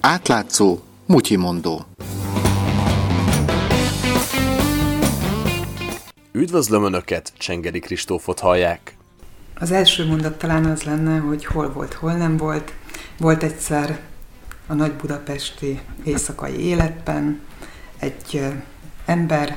Átlátszó, mutyimondó. Üdvözlöm Önöket, Csengeri Kristófot hallják. Az első mondat talán az lenne, hogy hol volt, hol nem volt. Volt egyszer a nagy budapesti éjszakai életben egy ember,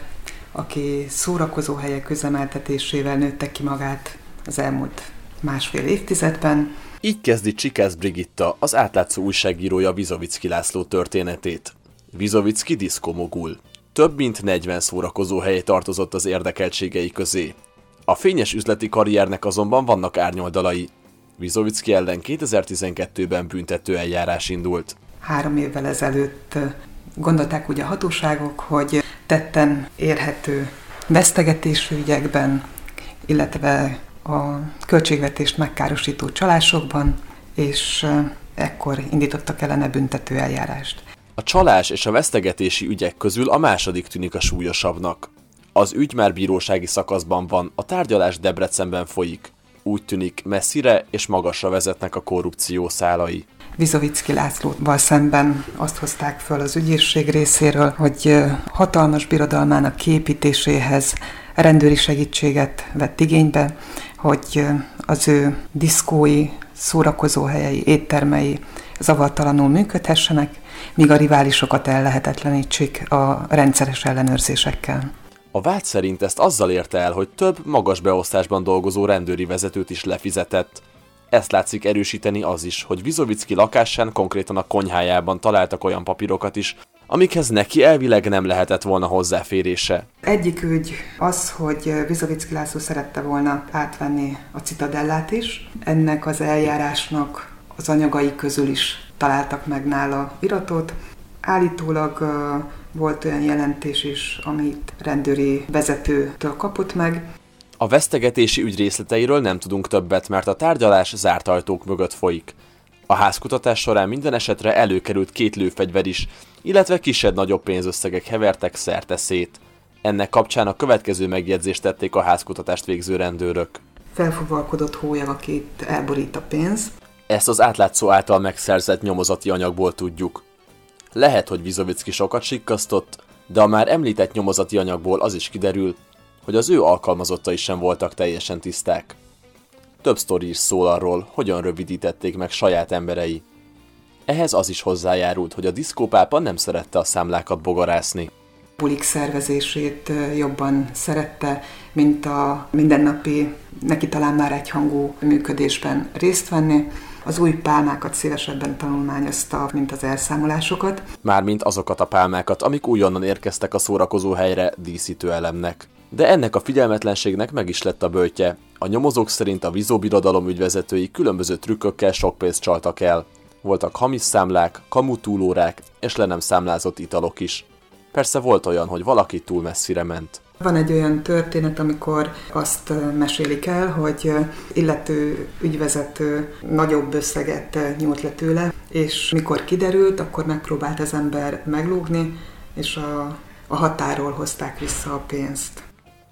aki szórakozóhelyek üzemeltetésével nőtte ki magát az elmúlt másfél évtizedben. Így kezdi Csikász Brigitta, az Átlátszó újságírója Vizoviczky László történetét. Vizoviczky diszkomogul. Több mint 40 szórakozóhely tartozott az érdekeltségei közé. A fényes üzleti karriernek azonban vannak árnyoldalai. Vizoviczky ellen 2012-ben büntető eljárás indult. 3 évvel ezelőtt gondolták úgy a hatóságok, hogy tetten érhető vesztegetésű ügyekben, illetve a költségvetést megkárosító csalásokban, és ekkor indítottak ellene büntető eljárást. A csalás és a vesztegetési ügyek közül a második tűnik a súlyosabbnak. Az ügy már bírósági szakaszban van, a tárgyalás Debrecenben folyik. Úgy tűnik, messzire és magasra vezetnek a korrupció szálai. Vizoviczky Lászlóval szemben azt hozták föl az ügyészség részéről, hogy hatalmas birodalmának kiépítéséhez rendőri segítséget vett igénybe, hogy az ő diszkói, szórakozóhelyei, éttermei zavartalanul működhessenek, míg a riválisokat ellehetetlenítsék a rendszeres ellenőrzésekkel. A vád szerint ezt azzal érte el, hogy több magas beosztásban dolgozó rendőri vezetőt is lefizetett. Ezt látszik erősíteni az is, hogy Vizoviczky lakásán, konkrétan a konyhájában találtak olyan papírokat is, amikhez neki elvileg nem lehetett volna hozzáférése. Egyik ügy az, hogy Vizoviczky László szerette volna átvenni a Citadellát is. Ennek az eljárásnak az anyagai közül is találtak meg nála iratot. Állítólag volt olyan jelentés is, amit rendőri vezetőtől kapott meg. A vesztegetési ügy részleteiről nem tudunk többet, mert a tárgyalás zárt ajtók mögött folyik. A házkutatás során minden esetre előkerült 2 lőfegyver is, illetve kisebb-nagyobb pénzösszegek hevertek szerte szét. Ennek kapcsán a következő megjegyzést tették a házkutatást végző rendőrök. Felfuvalkodott hólyag, akit elborít a pénz. Ezt az Átlátszó által megszerzett nyomozati anyagból tudjuk. Lehet, hogy Vizoviczky sokat sikkasztott, de a már említett nyomozati anyagból az is kiderül, hogy az ő alkalmazottai sem voltak teljesen tiszták. Több sztori is szól arról, hogyan rövidítették meg saját emberei. Ehhez az is hozzájárult, hogy a diszkópápa nem szerette a számlákat bogarászni. Bulik szervezését jobban szerette, mint a mindennapi, neki talán már egyhangú működésben részt venni. Az új pálmákat szívesebben tanulmányozta, mint az elszámolásokat. Mármint azokat a pálmákat, amik újonnan érkeztek a szórakozóhelyre díszítő elemnek. De ennek a figyelmetlenségnek meg is lett a böjtje. A nyomozók szerint a Vizó birodalom ügyvezetői különböző trükkökkel sok pénzt csaltak el. Voltak hamis számlák, kamu túlórák és le nem számlázott italok is. Persze volt olyan, hogy valaki túl messzire ment. Van egy olyan történet, amikor azt mesélik el, hogy illető ügyvezető nagyobb összeget nyújt le tőle, és mikor kiderült, akkor megpróbált az ember meglógni, és a határól hozták vissza a pénzt.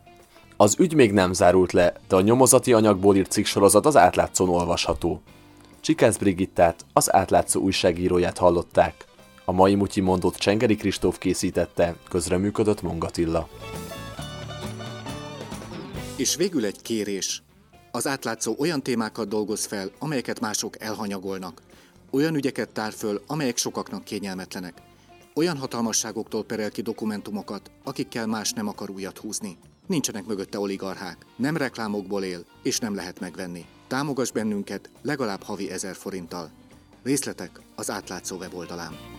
Az ügy még nem zárult le, de a nyomozati anyagból írt cikksorozat az Átlátszón olvasható. Csikász Brigittát, az Átlátszó újságíróját hallották. A mai mutyimondót Csengeri Kristóf készítette, közreműködött Mong Attila. És végül egy kérés. Az Átlátszó olyan témákat dolgoz fel, amelyeket mások elhanyagolnak. Olyan ügyeket tár föl, amelyek sokaknak kényelmetlenek. Olyan hatalmasságoktól perel ki dokumentumokat, akikkel más nem akar újat húzni. Nincsenek mögötte oligarchák, nem reklámokból él, és nem lehet megvenni. Támogass bennünket legalább havi 1000 forinttal. Részletek az Átlátszó weboldalán.